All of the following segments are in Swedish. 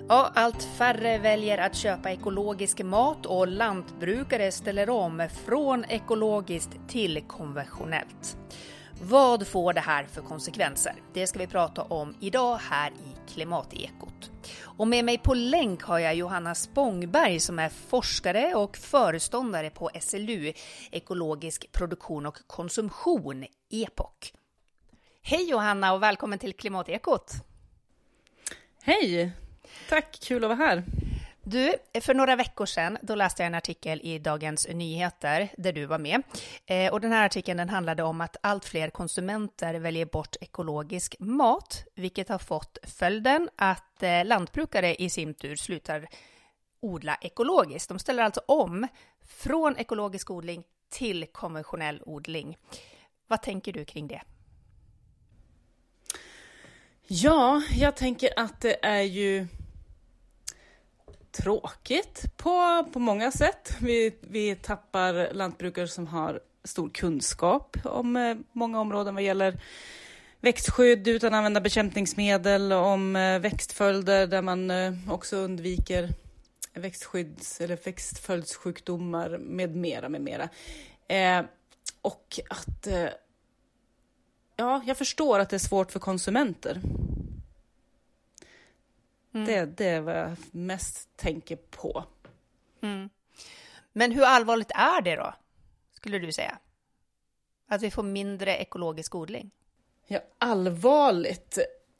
Ja, allt färre väljer att köpa ekologisk mat och lantbrukare ställer om från ekologiskt till konventionellt. Vad får det här för konsekvenser? Det ska vi prata om idag här i Klimatekot. Och med mig på länk har jag Johanna Spångberg som är forskare och föreståndare på SLU, ekologisk produktion och konsumtion, EPOK. Hej Johanna och välkommen till Klimatekot. Hej! Tack, kul att vara här. Du, för några veckor sedan då läste jag en artikel i Dagens Nyheter där du var med. Och den här artikeln den handlade om att allt fler konsumenter väljer bort ekologisk mat, vilket har fått följden att lantbrukare i sin tur slutar odla ekologiskt. De ställer alltså om från ekologisk odling till konventionell odling. Vad tänker du kring det? Ja, jag tänker att det är ju tråkigt på många sätt. Vi tappar lantbrukare som har stor kunskap om många områden vad gäller växtskydd utan att använda bekämpningsmedel, om växtföljder där man också undviker växtföljdssjukdomar med mera. Och att jag förstår att det är svårt för konsumenter. Det är vad jag mest tänker på. Men hur allvarligt är det då, skulle du säga? Att vi får mindre ekologisk odling? Ja, allvarligt.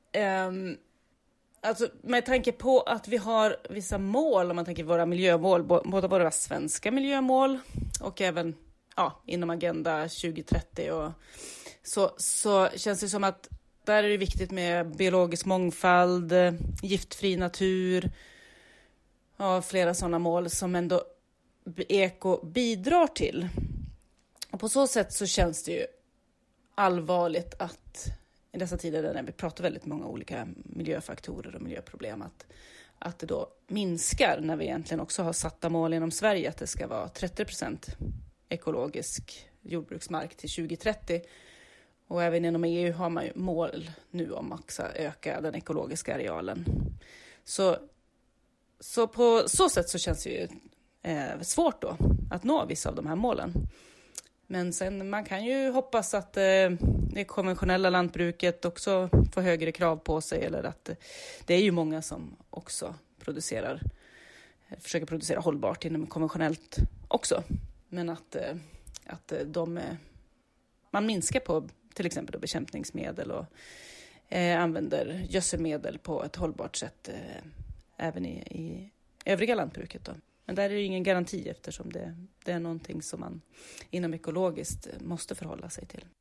Alltså med tanke på att vi har vissa mål, om man tänker våra miljömål, både våra svenska miljömål och även inom Agenda 2030 och så känns det som att där är det viktigt med biologisk mångfald, giftfri natur och flera sådana mål som ändå eko bidrar till. Och på så sätt så känns det ju allvarligt att i dessa tider när vi pratar väldigt många olika miljöfaktorer och miljöproblem att det då minskar när vi egentligen också har satta mål inom Sverige att det ska vara 30% ekologisk jordbruksmark till 2030. Och även inom EU har man ju mål nu om att öka den ekologiska arealen. Så på så sätt så känns det ju svårt då att nå vissa av de här målen. Men sen man kan ju hoppas att det konventionella lantbruket också får högre krav på sig. Eller att det är ju många som också försöker producera hållbart inom konventionellt också. Men att man minskar på till exempel bekämpningsmedel och använder gödselmedel på ett hållbart sätt även i övriga lantbruket då. Men där är det ingen garanti eftersom det är någonting som man inom ekologiskt måste förhålla sig till.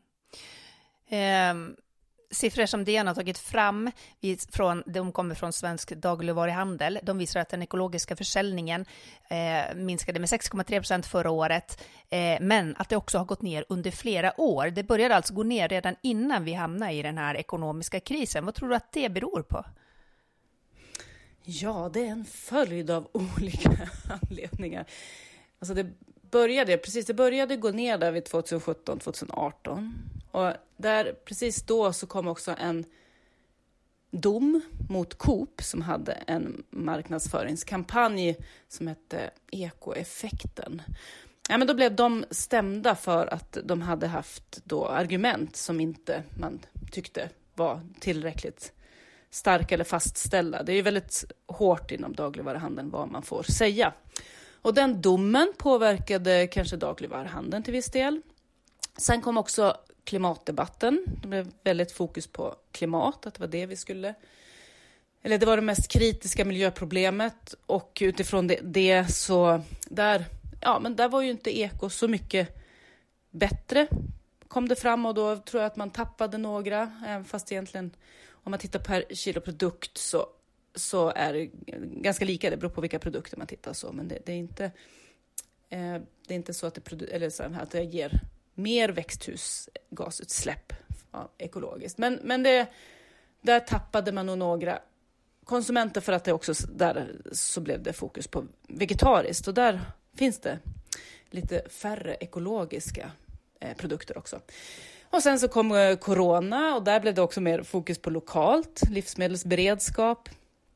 Siffror som DN har tagit fram, de kommer från Svensk dagligvaruhandel. De visar att den ekologiska försäljningen minskade med 6,3% förra året. Men att det också har gått ner under flera år. Det började alltså gå ner redan innan vi hamnade i den här ekonomiska krisen. Vad tror du att det beror på? Ja, det är en följd av olika anledningar. Alltså det började gå ner där vid 2017-2018. Och där precis då så kom också en dom mot Coop som hade en marknadsföringskampanj som hette Ekoeffekten. Ja, men då blev de stämda för att de hade haft då argument som inte man tyckte var tillräckligt starka eller fastställda. Det är ju väldigt hårt inom dagligvaruhandeln vad man får säga. Och den domen påverkade kanske dagligvaruhandeln till viss del. Sen kom också klimatdebatten. Det blev väldigt fokus på klimat, att det var det det var det mest kritiska miljöproblemet. Och utifrån det så där var ju inte eko så mycket bättre. Kom det fram och då tror jag att man tappade några. Även fast egentligen om man tittar per kilo produkt så är det ganska lika. Det beror på vilka produkter man tittar så. Men det är inte så att det ger mer växthusgasutsläpp ekologiskt. Men där tappade man nog några konsumenter för att det också där så blev det fokus på vegetariskt. Och där finns det lite färre ekologiska produkter också. Och sen så kom corona och där blev det också mer fokus på lokalt, livsmedelsberedskap.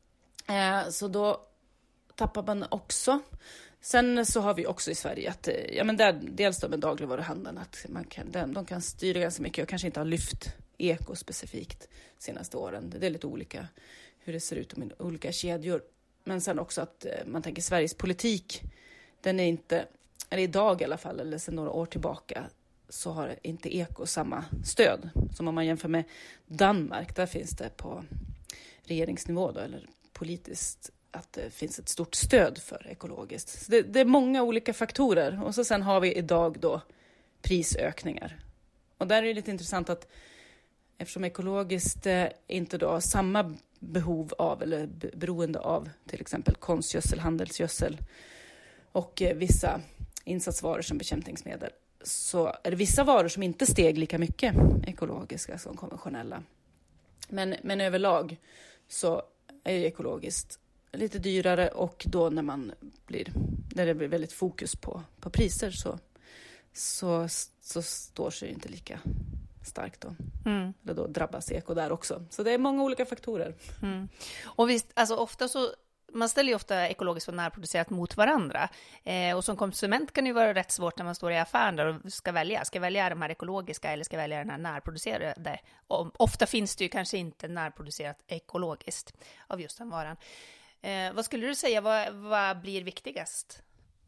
Så då tappar man också. Sen så har vi också i Sverige att, dels då med dagligvaruhandeln, att de kan styra ganska mycket och kanske inte har lyft eko specifikt senaste åren. Det är lite olika hur det ser ut med olika kedjor. Men sen också att man tänker Sveriges politik, den är inte, eller idag i alla fall, eller sedan några år tillbaka, så har inte eko samma stöd. Som om man jämför med Danmark, där finns det på regeringsnivå då, eller politiskt, att det finns ett stort stöd för ekologiskt. Så det är många olika faktorer. Och så sen har vi idag då prisökningar. Och där är det lite intressant att eftersom ekologiskt inte då har samma behov av eller beroende av till exempel konstgödsel, handelsgödsel och vissa insatsvaror som bekämpningsmedel, så är det vissa varor som inte steg lika mycket ekologiska som konventionella. Men överlag så är ekologiskt lite dyrare, och då när det blir väldigt fokus på priser så står sig inte lika starkt då. Eller då drabbas eko där också. Så det är många olika faktorer. Och visst, alltså ofta så, man ställer ju ofta ekologiskt och närproducerat mot varandra. Och som konsument kan det ju vara rätt svårt när man står i affären där och ska välja. Ska jag välja de här ekologiska eller ska jag välja den här närproducerade? Och ofta finns det ju kanske inte närproducerat ekologiskt av just den varan. Vad skulle du säga, vad blir viktigast?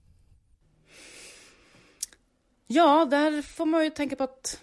Ja, där får man ju tänka på att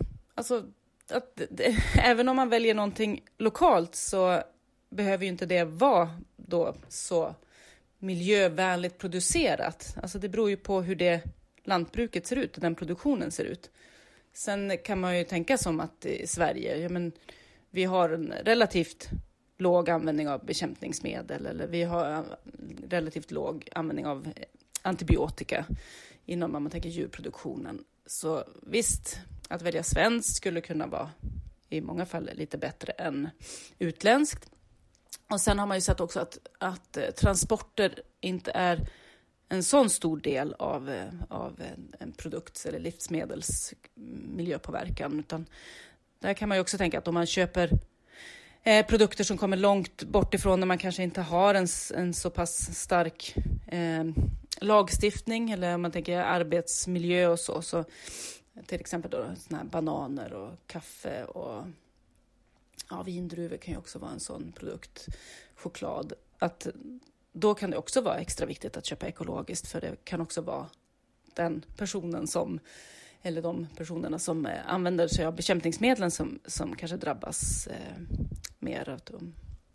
även om man väljer någonting lokalt så behöver ju inte det vara då så miljövänligt producerat. Alltså det beror ju på hur det lantbruket ser ut och den produktionen ser ut. Sen kan man ju tänka som att i Sverige, vi har en relativt låg användning av bekämpningsmedel, eller vi har relativt låg användning av antibiotika inom, om man tänker, djurproduktionen. Så visst, att välja svenskt skulle kunna vara i många fall lite bättre än utländskt. Och sen har man ju sett också att transporter inte är en sån stor del av en produkts eller livsmedels miljöpåverkan, utan där kan man ju också tänka att om man köper produkter som kommer långt bort ifrån, där man kanske inte har en så pass stark lagstiftning, eller om man tänker arbetsmiljö och så till exempel då såna här bananer och kaffe och vindruvor kan ju också vara en sån produkt, choklad, att då kan det också vara extra viktigt att köpa ekologiskt, för det kan också vara den personen eller de personerna som använder sig av bekämpningsmedlen som kanske drabbas mer av dem.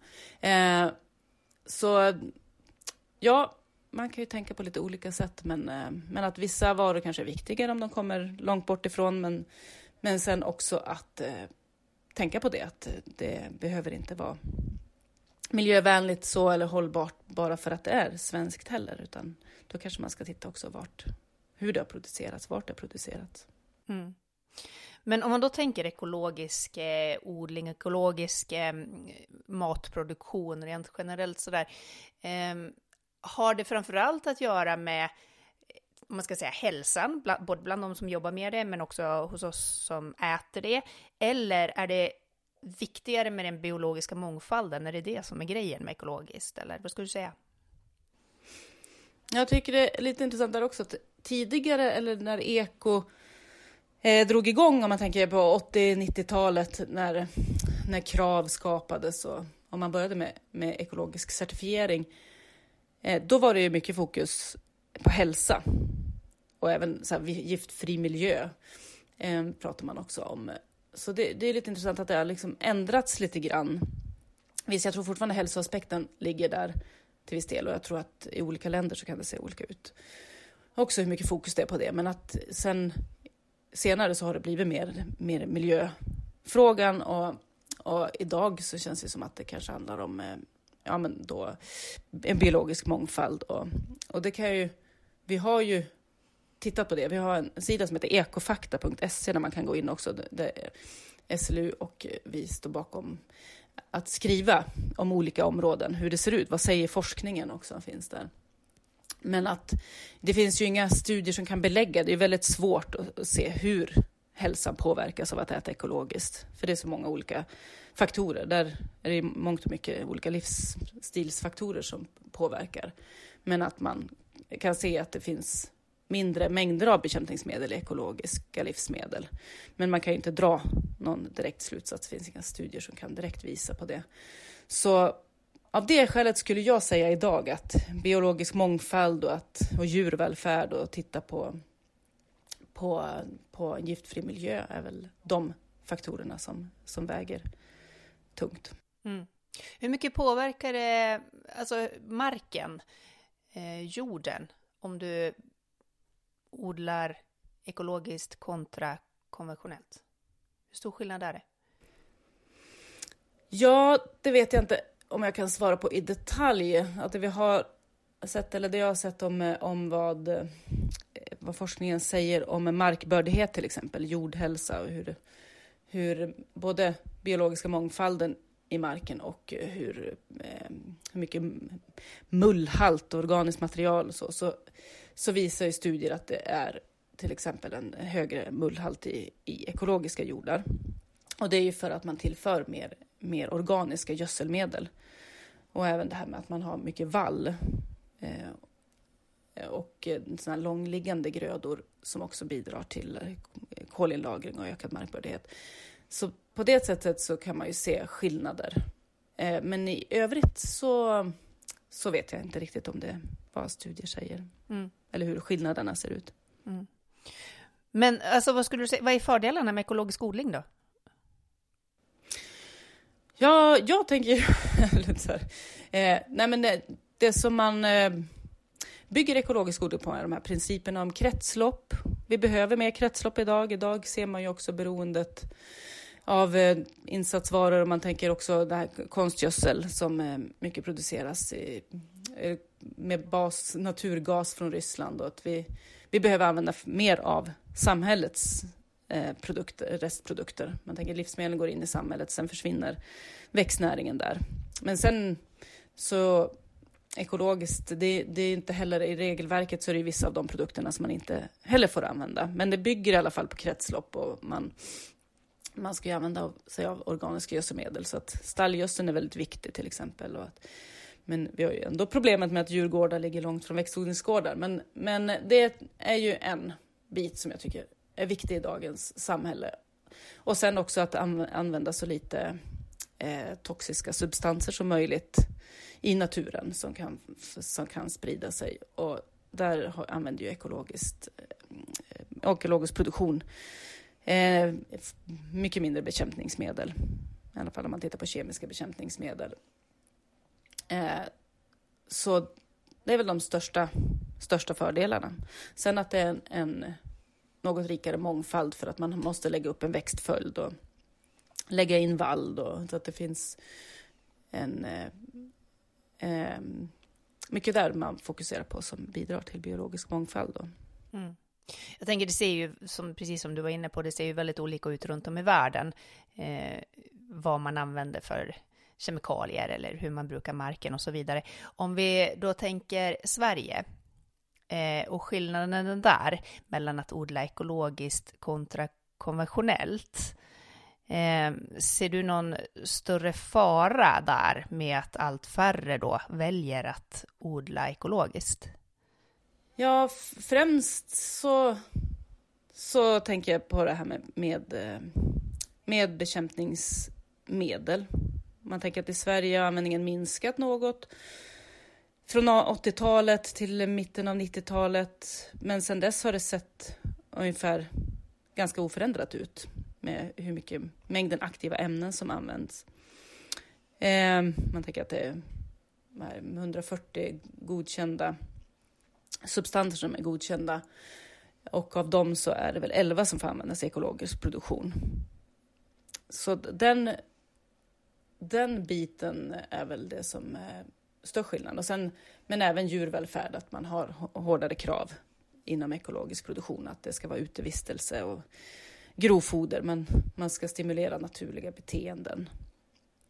Så ja, man kan ju tänka på lite olika sätt, men att vissa varor kanske är viktigare om de kommer långt bort ifrån, men sen också att tänka på det, att det behöver inte vara miljövänligt så eller hållbart bara för att det är svenskt heller, utan då kanske man ska titta också hur det har producerats, vart det har producerats. Men om man då tänker ekologisk odling, ekologisk matproduktion rent generellt sådär, har det framförallt att göra med, om man ska säga, hälsan, både bland de som jobbar med det men också hos oss som äter det, eller är det viktigare med den biologiska mångfalden? Är det som är grejen med ekologiskt, eller vad skulle du säga? Jag tycker det är lite intressant där också att tidigare, eller när eko drog igång, om man tänker på 80-90-talet när krav skapades och om man började med ekologisk certifiering, då var det ju mycket fokus på hälsa och även så här giftfri miljö pratar man också om. Så det är lite intressant att det har liksom ändrats lite grann. Visst, jag tror fortfarande hälsoaspekten ligger där till viss del, och jag tror att i olika länder så kan det se olika ut. Också hur mycket fokus det är på det, men att senare så har det blivit mer miljöfrågan, och idag så känns det som att det kanske handlar om då en biologisk mångfald, och det kan vi har ju tittat på det. Vi har en sida som heter ekofakta.se där man kan gå in också. Där SLU och vi står bakom att skriva om olika områden, hur det ser ut. Vad säger forskningen också finns där. Men att det finns ju inga studier som kan belägga. Det är väldigt svårt att se hur hälsan påverkas av att äta ekologiskt. För det är så många olika faktorer. Där är det mångt och mycket olika livsstilsfaktorer som påverkar. Men att man kan se att det finns mindre mängder av bekämpningsmedel i ekologiska livsmedel. Men man kan ju inte dra någon direkt slutsats. Det finns inga studier som kan direkt visa på det. Så av det skälet skulle jag säga idag att biologisk mångfald och djurvälfärd och titta på en giftfri miljö är väl de faktorerna som väger tungt. Mm. Hur mycket påverkar det marken, jorden, om du odlar ekologiskt kontra konventionellt? Hur stor skillnad är det? Ja, det vet jag inte om jag kan svara på i detalj. Att det vi har sett, eller det jag har sett om vad forskningen säger om markbördighet till exempel, jordhälsa och hur både biologiska mångfalden i marken och hur mycket mullhalt och organiskt material så visar ju studier att det är till exempel en högre mullhalt i ekologiska jordar. Och det är ju för att man tillför mer organiska gödselmedel. Och även det här med att man har mycket vall och såna här långliggande grödor som också bidrar till kolinlagring och ökad markbördighet. Så på det sättet så kan man ju se skillnader. Men i övrigt så vet jag inte riktigt om det vad studier säger. Mm. Eller hur skillnaderna ser ut. Mm. Men alltså, vad skulle du säga, vad är fördelarna med ekologisk odling då? Ja, jag tänker lite så här. Det som man bygger ekologisk odling på är de här principerna om kretslopp. Vi behöver mer kretslopp idag. Idag ser man ju också beroendet av insatsvaror, och man tänker också det här konstgödsel som mycket produceras med naturgas från Ryssland, och att vi behöver använda mer av samhällets restprodukter. Man tänker livsmedel går in i samhället, sen försvinner växtnäringen där. Men sen så ekologiskt, det är inte heller i regelverket, så är det vissa av de produkterna som man inte heller får använda. Men det bygger i alla fall på kretslopp, och man ska ju använda sig av organiska gödselmedel, så att stallgödseln är väldigt viktig till exempel. Men vi har ju ändå problemet med att djurgårdar ligger långt från växtodlingsgårdar. Men det är ju en bit som jag tycker är viktig i dagens samhälle. Och sen också att använda så lite toxiska substanser som möjligt i naturen som kan sprida sig. Och där använder ju ekologisk produktion mycket mindre bekämpningsmedel. I alla fall om man tittar på kemiska bekämpningsmedel. Så det är väl de största fördelarna. Sen att det är en något rikare mångfald, för att man måste lägga upp en växtföljd och lägga in vall då, så att det finns mycket där man fokuserar på som bidrar till biologisk mångfald då. Mm. Jag tänker, det ser ju, precis som du var inne på, det ser ju väldigt olika ut runt om i världen. Vad man använder för kemikalier eller hur man brukar marken och så vidare. Om vi då tänker Sverige och skillnaden där mellan att odla ekologiskt kontra konventionellt. Ser du någon större fara där med att allt färre då väljer att odla ekologiskt? Ja, främst så tänker jag på det här med bekämpningsmedel. Man tänker att i Sverige har användningen minskat något från 80-talet till mitten av 90-talet. Men sedan dess har det sett ungefär ganska oförändrat ut med hur mycket mängden aktiva ämnen som används. Man tänker att det är 140 godkända substanser som är godkända. Och av dem så är det väl 11 som får användas i ekologisk produktion. Så den biten är väl det som är störst skillnad. Och sen, men även djurvälfärd, att man har hårdare krav inom ekologisk produktion. Att det ska vara utevistelse och grovfoder, men man ska stimulera naturliga beteenden.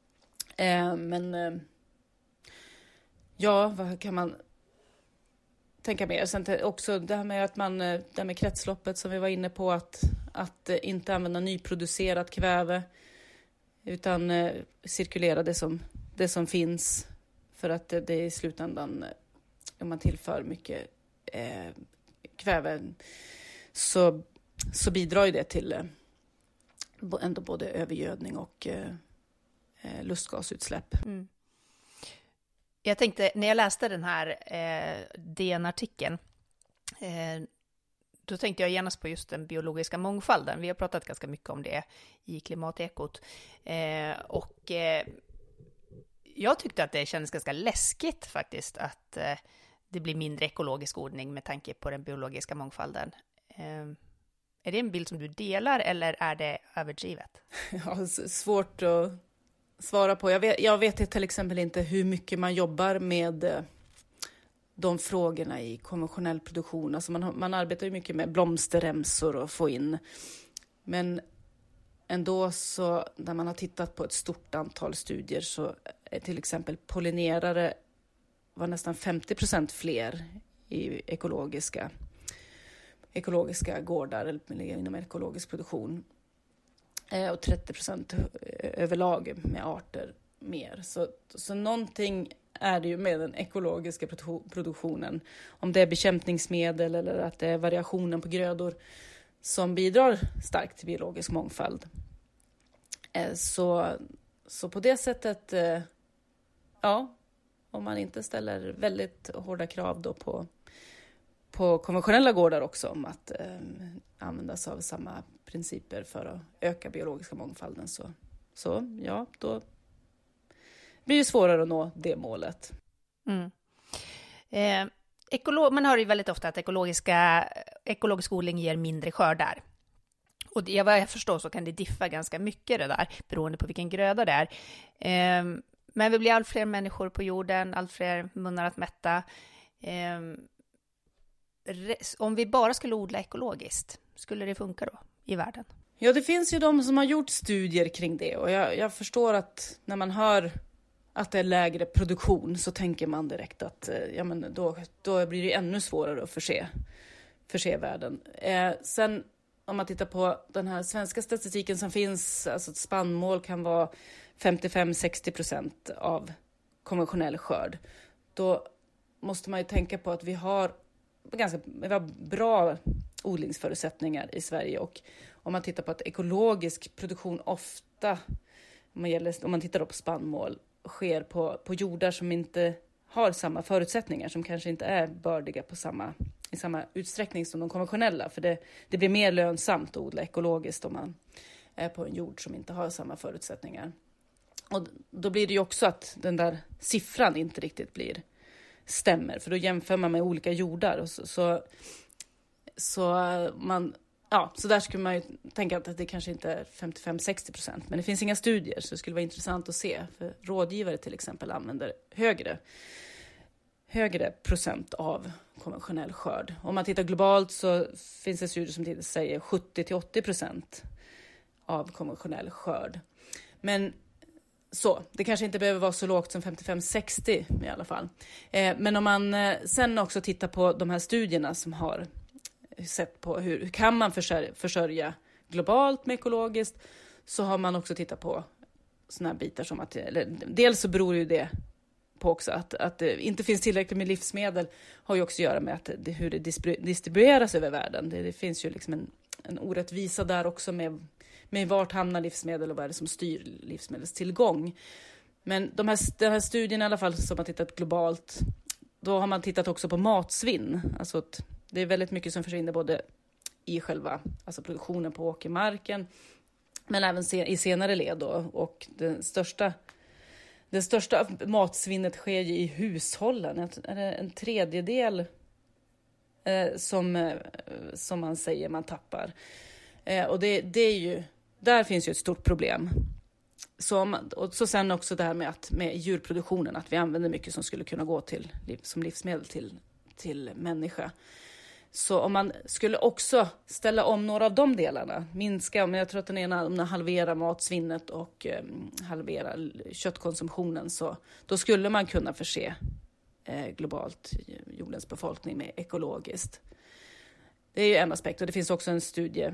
Ja, vad kan man... tänka mer. Sen också det här med att det här med kretsloppet som vi var inne på, att inte använda nyproducerat kväve utan cirkulera det som finns, för att det i slutändan, om man tillför mycket kväve så bidrar ju det till ändå både övergödning och lustgasutsläpp. Mm. Jag tänkte, när jag läste den här DN-artikeln, då tänkte jag genast på just den biologiska mångfalden. Vi har pratat ganska mycket om det i Klimatekot. Jag tyckte att det kändes ganska läskigt faktiskt att det blir mindre ekologisk odling med tanke på den biologiska mångfalden. Är det en bild som du delar eller är det överdrivet? Ja, svårt att svara på. Jag vet till exempel inte hur mycket man jobbar med de frågorna i konventionell produktion. Alltså man arbetar ju mycket med blomsterremsor och få in. Men ändå så, när man har tittat på ett stort antal studier, så är till exempel pollinerare var nästan 50% fler i ekologiska gårdar eller inom ekologisk produktion. Och 30% överlag med arter mer. Så någonting är det ju med den ekologiska produktionen. Om det är bekämpningsmedel eller att det är variationen på grödor som bidrar starkt till biologisk mångfald. Så på det sättet, ja, om man inte ställer väldigt hårda krav då på konventionella gårdar också om att använda sig av samma principer för att öka biologiska mångfalden, så ja, då blir det svårare att nå det målet. Mm. Man hör ju väldigt ofta att ekologisk odling ger mindre skördar. Och vad jag förstår så kan det diffa ganska mycket det där, beroende på vilken gröda det är. Men vi blir allt fler människor på jorden, allt fler munnar att mätta. Om vi bara skulle odla ekologiskt, skulle det funka då i världen? Ja, det finns ju de som har gjort studier kring det. Och jag förstår att när man hör att det är lägre produktion så tänker man direkt att då blir det ännu svårare att förse världen. Sen om man tittar på den här svenska statistiken som finns, alltså spannmål kan vara 55-60% av konventionell skörd. Då måste man ju tänka på att vi har bra odlingsförutsättningar i Sverige. Och om man tittar på att ekologisk produktion ofta, om man tittar på spannmål, sker på jordar som inte har samma förutsättningar, som kanske inte är bördiga i samma utsträckning som de konventionella. För det blir mer lönsamt att odla ekologiskt om man är på en jord som inte har samma förutsättningar. Och då blir det ju också att den där siffran inte riktigt stämmer. För då jämför man med olika jordar. Och så där skulle man ju tänka att det kanske inte är 55-60%. Men det finns inga studier, så det skulle vara intressant att se. För rådgivare till exempel använder högre procent av konventionell skörd. Om man tittar globalt så finns det studier som säger 70-80% av konventionell skörd. Men det kanske inte behöver vara så lågt som 55-60 i alla fall. Men om man sen också tittar på de här studierna som har sett på hur kan man försörja globalt med ekologiskt, så har man också tittat på såna här bitar som att, dels så beror ju det på också att det inte finns tillräckligt med livsmedel, har ju också att göra med hur det distribueras över världen. Det finns ju liksom en orättvisa där också med vart hamnar livsmedel och vad är det som styr livsmedelstillgång. Men den här studien i alla fall som har tittat globalt, då har man tittat också på matsvinn. Alltså att det är väldigt mycket som försvinner både i själva produktionen på åkermarken, men även i senare led då. Och det största matsvinnet sker ju i hushållen. Är det en tredjedel som man säger man tappar. Och det är ju, där finns ju ett stort problem. Och så sen också det här med djurproduktionen, att vi använder mycket som skulle kunna gå som livsmedel till människa. Så om man skulle också ställa om några av de delarna, minska, men jag tror att den ena halvera matsvinnet och halvera köttkonsumtionen, så då skulle man kunna förse globalt jordens befolkning med ekologiskt. Det är ju en aspekt, och det finns också en studie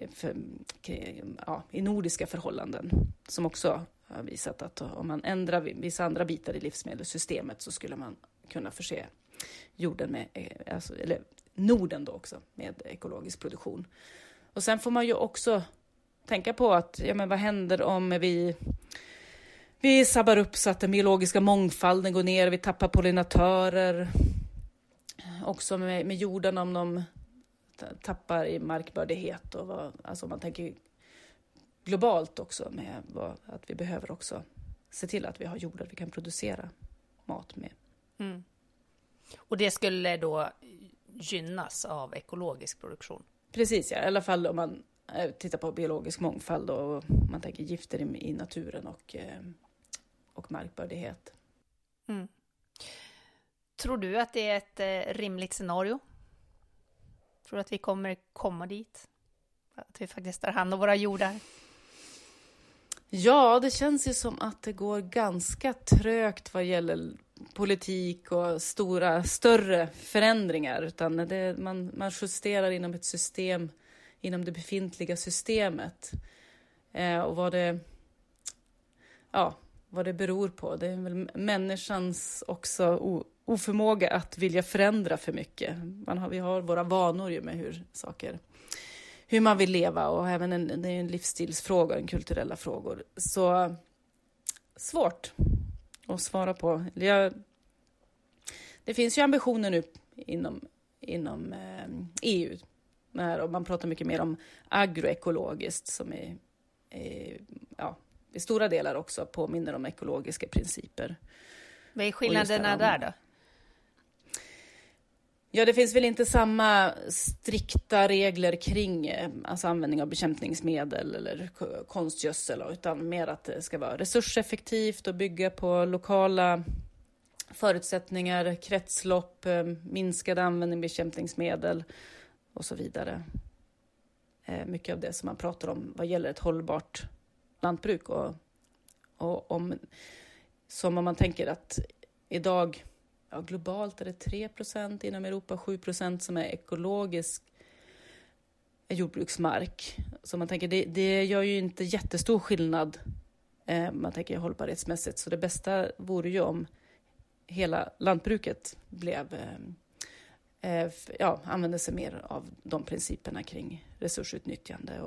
i nordiska förhållanden som också har visat att om man ändrar vissa andra bitar i livsmedelssystemet så skulle man kunna förse jorden med, eller Norden då också, med ekologisk produktion. Och sen får man ju också tänka på att vad händer om vi sabbar upp så att den biologiska mångfalden går ner, vi tappar pollinatörer. Också med jorden, om de tappar i markbördighet. Och alltså man tänker globalt också med att vi behöver också se till att vi har jordar vi kan producera mat med. Mm. Och det skulle då gynnas av ekologisk produktion? Precis, ja. I alla fall om man tittar på biologisk mångfald och man tänker gifter i naturen och markbördighet. Mm. Tror du att det är ett rimligt scenario? Tror du att vi kommer komma dit? Att vi faktiskt tar hand om våra jordar? Ja, det känns ju som att det går ganska trögt vad gäller politik och större förändringar. Utan man justerar inom ett system, inom det befintliga systemet. Och vad det beror på. Det är väl människans också oförmåga att vilja förändra för mycket. Vi har våra vanor ju med hur man vill leva, och även det är en livsstilsfråga, en kulturella frågor. Så svårt att svara på. Det finns ju ambitioner nu inom EU. Och man pratar mycket mer om agroekologiskt som i stora delar också påminner om ekologiska principer. Vad är skillnaderna där då? Ja, det finns väl inte samma strikta regler kring användning av bekämpningsmedel eller konstgödsel, utan mer att det ska vara resurseffektivt och bygga på lokala förutsättningar, kretslopp, minskad användning av bekämpningsmedel och så vidare. Mycket av det som man pratar om vad gäller ett hållbart lantbruk och som om man tänker att idag globalt är det 3%, inom Europa 7% som är ekologisk jordbruksmark. Så man tänker det gör ju inte jättestor skillnad, man tänker hållbarhetsmässigt. Så det bästa vore ju om hela lantbruket använde sig mer av de principerna kring resursutnyttjande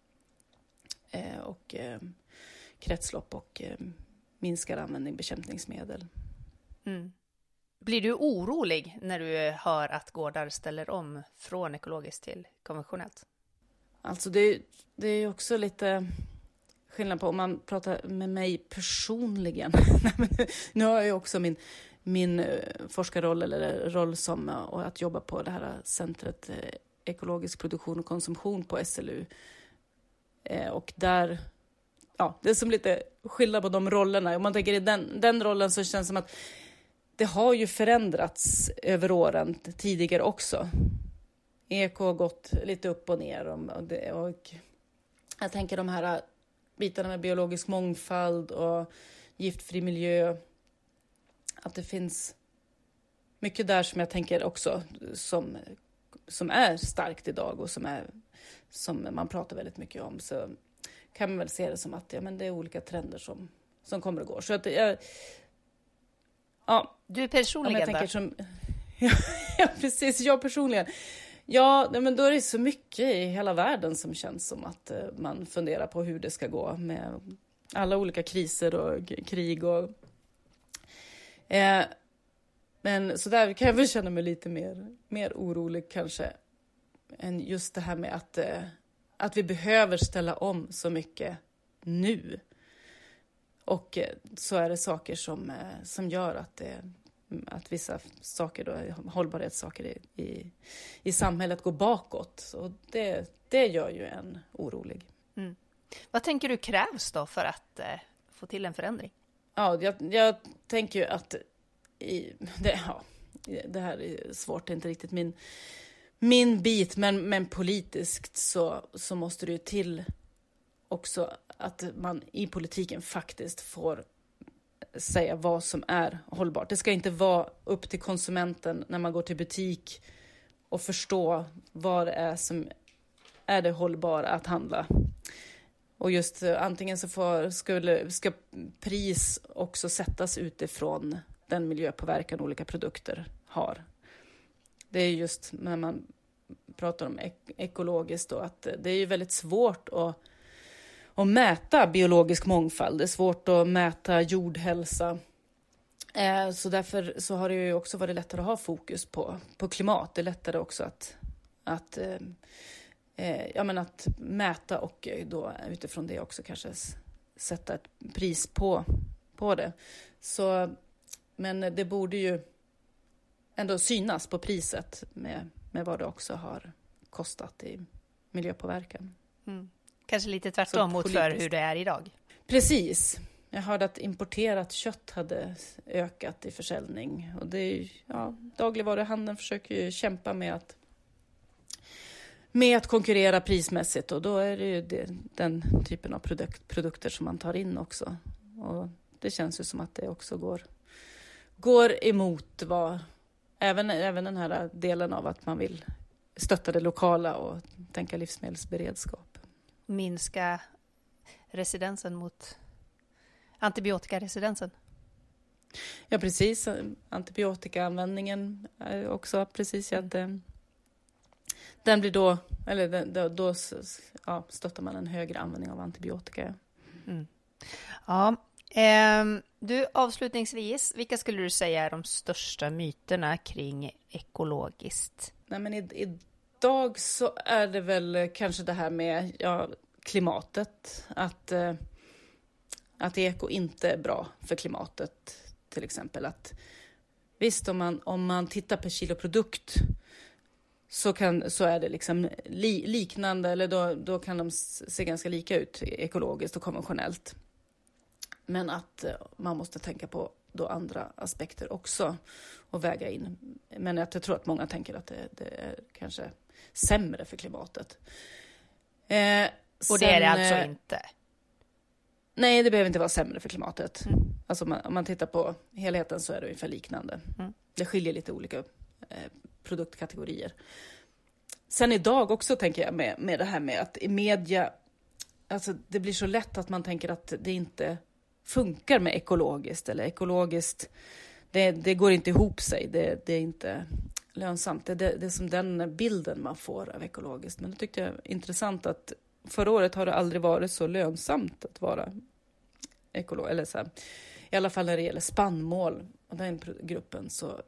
och kretslopp och minskad användning bekämpningsmedel. Mm. Blir du orolig när du hör att gårdar ställer om från ekologiskt till konventionellt? Alltså det är också lite skillnad på om man pratar med mig personligen. Nu har jag också min forskarroll eller roll som och att jobba på det här centret ekologisk produktion och konsumtion på SLU. Och där, det är som lite skillnad på de rollerna. Om man tänker i den rollen så känns det som att det har ju förändrats över åren tidigare också. Eko har gått lite upp och ner. Och jag tänker de här bitarna med biologisk mångfald och giftfri miljö. Att det finns mycket där som jag tänker också som är starkt idag och som man pratar väldigt mycket om. Så kan man väl se det som att det är olika trender som kommer och går. Så att du personligen ja, precis. Jag personligen. Ja, men då är det så mycket i hela världen som känns som att man funderar på hur det ska gå med alla olika kriser och krig. Men så där kan jag väl känna mig lite mer orolig kanske än just det här med att vi behöver ställa om så mycket nu. Och så är det saker som gör att vissa saker då, hållbarhetssaker i samhället går bakåt. Och det gör ju en orolig. Mm. Vad tänker du krävs då för att få till en förändring? Ja, jag tänker ju att det här är svårt, det är inte riktigt min bit, men politiskt så måste det ju till också att man i politiken faktiskt får säga vad som är hållbart. Det ska inte vara upp till konsumenten när man går till butik och förstå vad det är som är det hållbara att handla. Och just antingen så ska pris också sättas utifrån den miljöpåverkan olika produkter har. Det är just när man pratar om ekologiskt då, att det är ju väldigt svårt att mäta biologisk mångfald. Det är svårt att mäta jordhälsa. Så därför så har det ju också varit lättare att ha fokus på klimat. Det är lättare också att mäta och då utifrån det också kanske sätta ett pris på det. Så, men det borde ju ändå synas på priset med vad det också har kostat i miljöpåverkan. Mm. Kanske lite tvärtom mot för hur det är idag. Precis. Jag hörde att importerat kött hade ökat i försäljning. Och det är dagligvaruhandeln försöker ju kämpa med att konkurrera prismässigt. Och då är det ju den typen av produkter som man tar in också. Och det känns ju som att det också går emot även den här delen av att man vill stötta det lokala och tänka livsmedelsberedskap. Minska residensen mot antibiotikaresidensen. Ja, precis. Antibiotikaanvändningen är också precis att den blir då stöttar man en högre användning av antibiotika. Mm. Ja. Du, avslutningsvis, vilka skulle du säga är de största myterna kring ekologiskt? Nej, men idag så är det väl kanske det här med klimatet. Att eko inte är bra för klimatet, till exempel. Att visst, om man tittar per kilo produkt så är det liksom liknande, eller då kan de se ganska lika ut ekologiskt och konventionellt. Men att man måste tänka på då andra aspekter också och väga in. Men jag tror att många tänker att det är kanske sämre för klimatet. Och det är det alltså inte? Nej, det behöver inte vara sämre för klimatet. Alltså om man tittar på helheten så är det ungefär liknande. Det skiljer lite olika produktkategorier. Sen idag också tänker jag med det här med att i media, alltså det blir så lätt att man tänker att det inte funkar med ekologiskt eller ekologiskt. Det går inte ihop sig. Det är inte lönsamt. Det är som den bilden man får av ekologiskt. Men det tyckte jag är intressant att förra året har det aldrig varit så lönsamt att vara ekologiskt. Eller så här, i alla fall när det gäller spannmål och den gruppen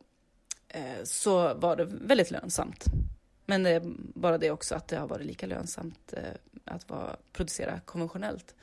så var det väldigt lönsamt. Men det är bara det också att det har varit lika lönsamt att producera konventionellt.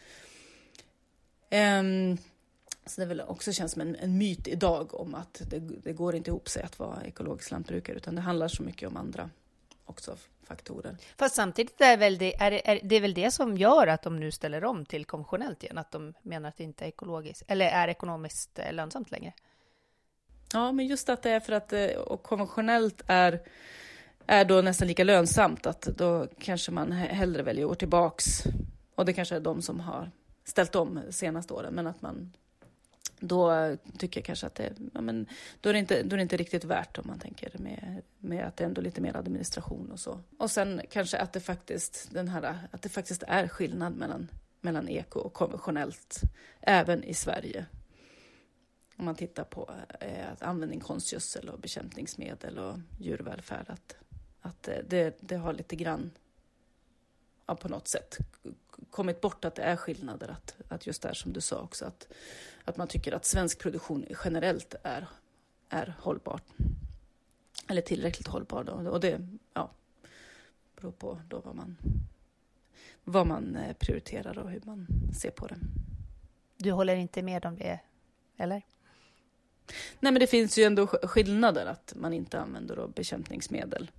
Så det väl också känns som en myt idag om att det går inte ihop sig att vara ekologisk lantbrukare, utan det handlar så mycket om andra också faktorer. Fast samtidigt är det väl det som gör att de nu ställer om till konventionellt igen, att de menar att det inte är ekologiskt eller är ekonomiskt lönsamt längre. Ja, men just att det är för att och konventionellt är då nästan lika lönsamt, att då kanske man hellre väljer att gå tillbaks, och det kanske är de som har ställt om senaste åren, men att man då tycker jag kanske att då är det inte riktigt värt, om man tänker med att det är ändå lite mer administration och så. Och sen kanske att det faktiskt är skillnad mellan eko och konventionellt även i Sverige. Om man tittar på användning konstgödsel och bekämpningsmedel och djurvälfärd, att det har lite grann på något sätt kommit bort att det är skillnader, att just där som du sa också, att man tycker att svensk produktion generellt är hållbar eller tillräckligt hållbar då. Och det beror på då vad man prioriterar och hur man ser på det. Du håller inte med om det, eller? Nej, men det finns ju ändå skillnader, att man inte använder då bekämpningsmedel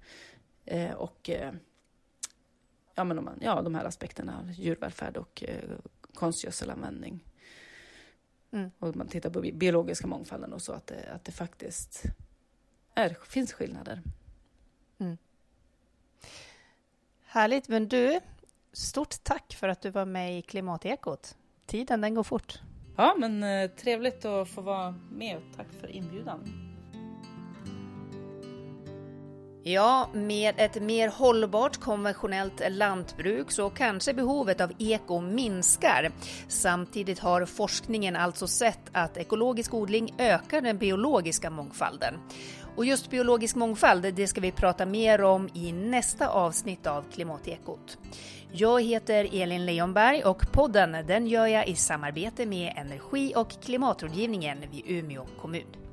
de här aspekterna, djurvälfärd och konstgödselanvändning. Och man tittar på biologiska mångfalden och så, att det faktiskt finns skillnader. Härligt, men du, stort tack för att du var med i Klimatekot. Tiden, den går fort. Ja, men trevligt att få vara med och tack för inbjudan. Ja, med ett mer hållbart konventionellt lantbruk så kanske behovet av eko minskar. Samtidigt har forskningen alltså sett att ekologisk odling ökar den biologiska mångfalden. Och just biologisk mångfald, det ska vi prata mer om i nästa avsnitt av Klimatekot. Jag heter Elin Leonberg och podden den gör jag i samarbete med Energi- och klimatrådgivningen vid Umeå kommun.